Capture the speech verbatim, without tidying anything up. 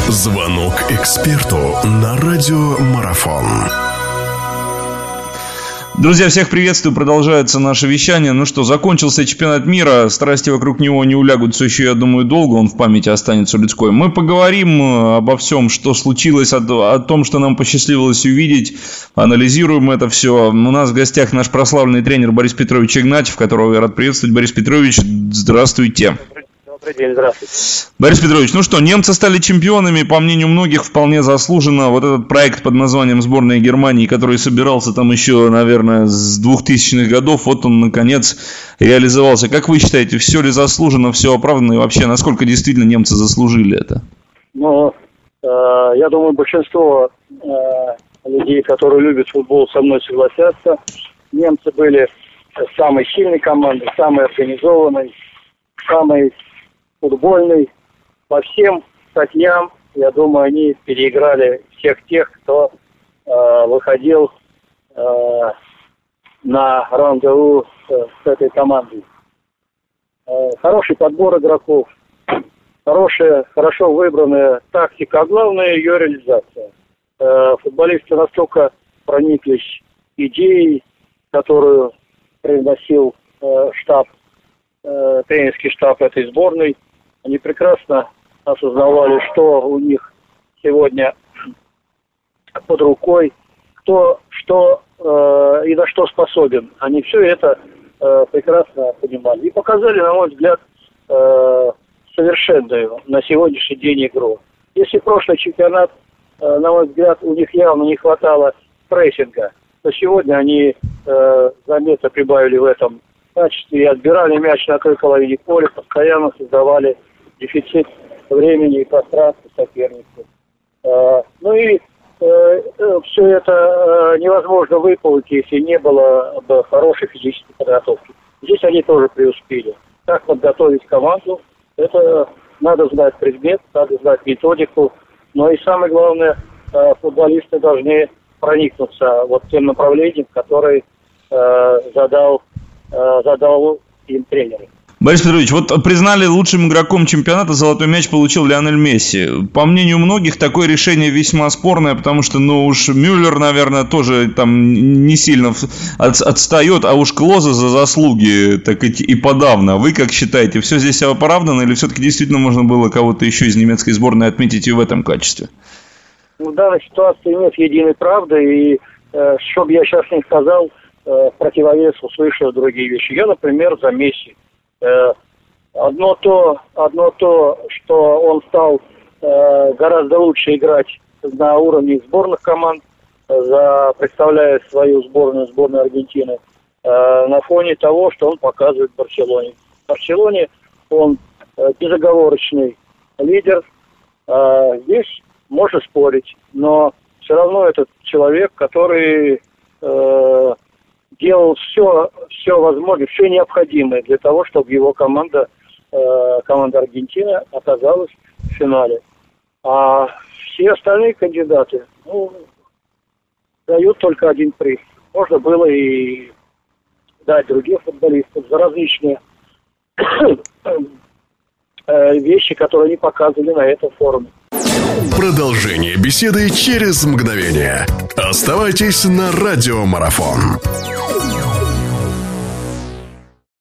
Звонок эксперту на радио Марафон. Друзья, всех приветствую. Продолжается наше вещание. Ну что, закончился чемпионат мира. Страсти вокруг него не улягутся еще, я думаю, долго. Он в памяти останется людской. Мы поговорим обо всем, что случилось, о, о том, что нам посчастливилось увидеть. Анализируем это все. У нас в гостях наш прославленный тренер Борис Петрович Игнатьев, которого я рад приветствовать. Борис Петрович, здравствуйте. Добрый день, здравствуйте. Борис Петрович, ну что, немцы стали чемпионами, по мнению многих, вполне заслуженно. Вот этот проект под названием «Сборная Германии», который собирался там еще, наверное, с двухтысячных годов, вот он, наконец, реализовался. Как вы считаете, все ли заслуженно, все оправдано, и вообще, насколько действительно немцы заслужили это? Ну, э, я думаю, большинство э, людей, которые любят футбол, со мной согласятся. Немцы были самой сильной командой, самой организованной, самой футбольный. По всем статьям, я думаю, они переиграли всех тех, кто э, выходил э, на рандеву с, с этой командой. Э, хороший подбор игроков, хорошая, хорошо выбранная тактика, а главное ее реализация. Э, футболисты настолько прониклись идеей, которую приносил э, штаб, э, тренерский штаб этой сборной. Они прекрасно осознавали, что у них сегодня под рукой, кто что э, и на что способен. Они все это э, прекрасно понимали. И показали, на мой взгляд, э, совершенную на сегодняшний день игру. Если прошлый чемпионат, э, на мой взгляд, у них явно не хватало прессинга, то сегодня они э, заметно прибавили в этом качестве и отбирали мяч на той половине поля, постоянно создавали дефицит времени и пространства сопернику. Э, ну и э, э, все это э, невозможно выполнить, если не было бы хорошей физической подготовки. Здесь они тоже преуспели. Как подготовить команду, это надо знать предмет, надо знать методику, но и самое главное, э, футболисты должны проникнуться вот тем направлением, которое э, задал, э, задал им тренер. Борис Петрович, вот признали лучшим игроком чемпионата, золотой мяч получил Лионель Месси. По мнению многих, такое решение весьма спорное, потому что, ну уж Мюллер, наверное, тоже там не сильно от, отстает, а уж Клозе за заслуги так и, и подавно. Вы как считаете, все здесь оправдано или все-таки действительно можно было кого-то еще из немецкой сборной отметить и в этом качестве? В данной ситуации нет единой правды, и э, что бы я сейчас не сказал, э, в противовес услышу другие вещи. Я, например, за Месси. Э, одно то, одно то, что он стал э, гораздо лучше играть на уровне сборных команд, э, за, представляя свою сборную, сборную Аргентины, э, на фоне того, что он показывает в Барселоне. В Барселоне он э, безоговорочный лидер. Э, здесь можно спорить, но все равно этот человек, который э, делал все, все возможное, все необходимое для того, чтобы его команда, э, команда Аргентины оказалась в финале. А все остальные кандидаты, ну, дают только один приз. Можно было и дать других футболистов за различные вещи, которые они показывали на этом форуме. Продолжение беседы через мгновение. Оставайтесь на радио Марафон.